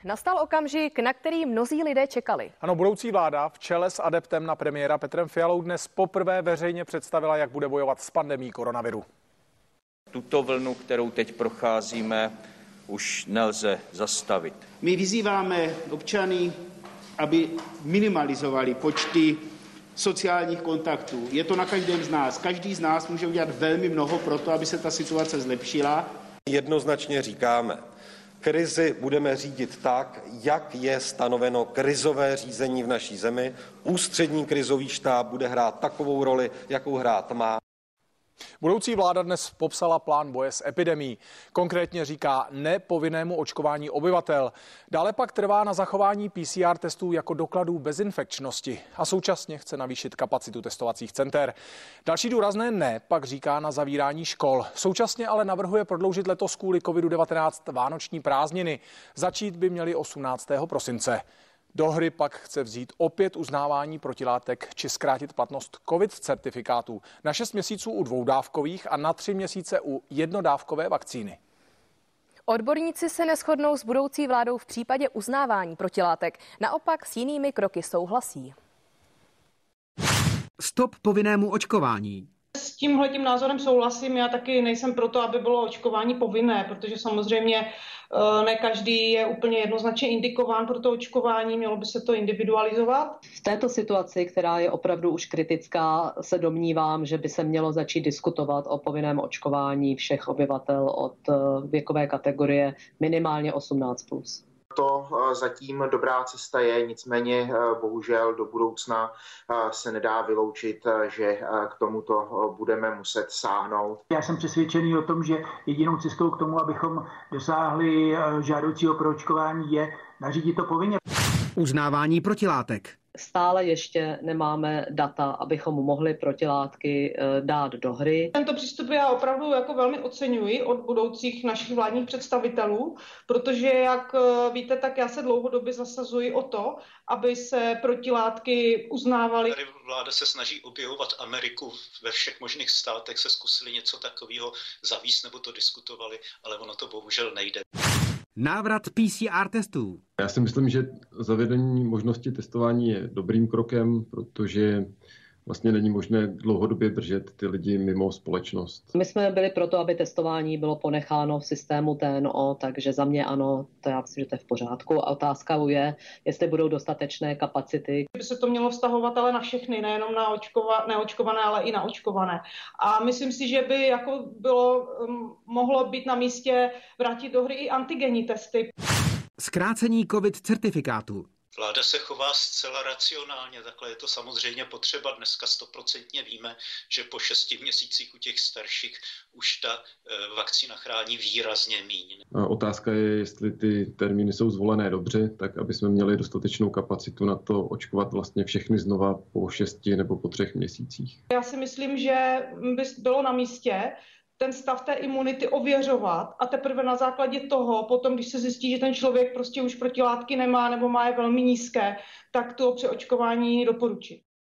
Nastal okamžik, na který mnozí lidé čekali. Ano, budoucí vláda v čele s adeptem na premiéra Petrem Fialou dnes poprvé veřejně představila, jak bude bojovat s pandemií koronaviru. Tuto vlnu, kterou teď procházíme, už nelze zastavit. My vyzýváme občany, aby minimalizovali počty sociálních kontaktů. Je to na každém z nás. Každý z nás může udělat velmi mnoho pro to, aby se ta situace zlepšila. Jednoznačně říkáme, krizi budeme řídit tak, jak je stanoveno krizové řízení v naší zemi. Ústřední krizový štáb bude hrát takovou roli, jakou hrát má. Budoucí vláda dnes popsala plán boje s epidemií. Konkrétně říká ne povinnému očkování obyvatel. Dále pak trvá na zachování PCR testů jako dokladů bezinfekčnosti a současně chce navýšit kapacitu testovacích center. Další důrazné ne pak říká na zavírání škol. Současně ale navrhuje prodloužit letos kvůli COVID-19 vánoční prázdniny. Začít by měly 18. prosince. Do hry pak chce vzít opět uznávání protilátek či zkrátit platnost COVID certifikátů na 6 měsíců u dvoudávkových a na 3 měsíce u jednodávkové vakcíny. Odborníci se neshodnou s budoucí vládou v případě uznávání protilátek. Naopak s jinými kroky souhlasí. Stop povinnému očkování. S tímhletím názorem souhlasím, já taky nejsem proto, aby bylo očkování povinné, protože samozřejmě ne každý je úplně jednoznačně indikován pro to očkování, mělo by se to individualizovat. V této situaci, která je opravdu už kritická, se domnívám, že by se mělo začít diskutovat o povinném očkování všech obyvatel od věkové kategorie minimálně 18+. To zatím dobrá cesta je, nicméně bohužel do budoucna se nedá vyloučit, že k tomuto budeme muset sáhnout. Já jsem přesvědčený o tom, že jedinou cestou k tomu, abychom dosáhli žádoucího proočkování, je nařídit to povinně. Uznávání protilátek. Stále ještě nemáme data, abychom mohli protilátky dát do hry. Tento přístup já opravdu jako velmi oceňuji od budoucích našich vládních představitelů, protože jak víte, tak já se dlouhodobě zasazuji o to, aby se protilátky uznávaly. Tady vláda se snaží objevovat Ameriku, ve všech možných státech se zkusili něco takového zavést nebo to diskutovali, ale ono to bohužel nejde. Návrat PCR testů. Já si myslím, že zavedení možnosti testování je dobrým krokem, protože vlastně není možné dlouhodobě držet ty lidi mimo společnost. My jsme byli proto, aby testování bylo ponecháno v systému TNO, takže za mě ano, to já myslím, že to je v pořádku. A otázka je, jestli budou dostatečné kapacity. By se to mělo vztahovat ale na všechny, nejenom na neočkované, ale i na očkované. A myslím si, že by jako mohlo být na místě vrátit do hry i antigenní testy. Zkrácení COVID certifikátu. Vláda se chová zcela racionálně, takhle je to samozřejmě potřeba. Dneska 100% víme, že po 6 měsících u těch starších už ta vakcína chrání výrazně míň. Otázka je, jestli ty termíny jsou zvolené dobře, tak aby jsme měli dostatečnou kapacitu na to očkovat vlastně všechny znova po 6 nebo po 3 měsících. Já si myslím, že by bylo na místě ten stav té imunity ověřovat a teprve na základě toho, potom, když se zjistí, že ten člověk prostě už protilátky nemá nebo má je velmi nízké, tak to přeočkování doporučit.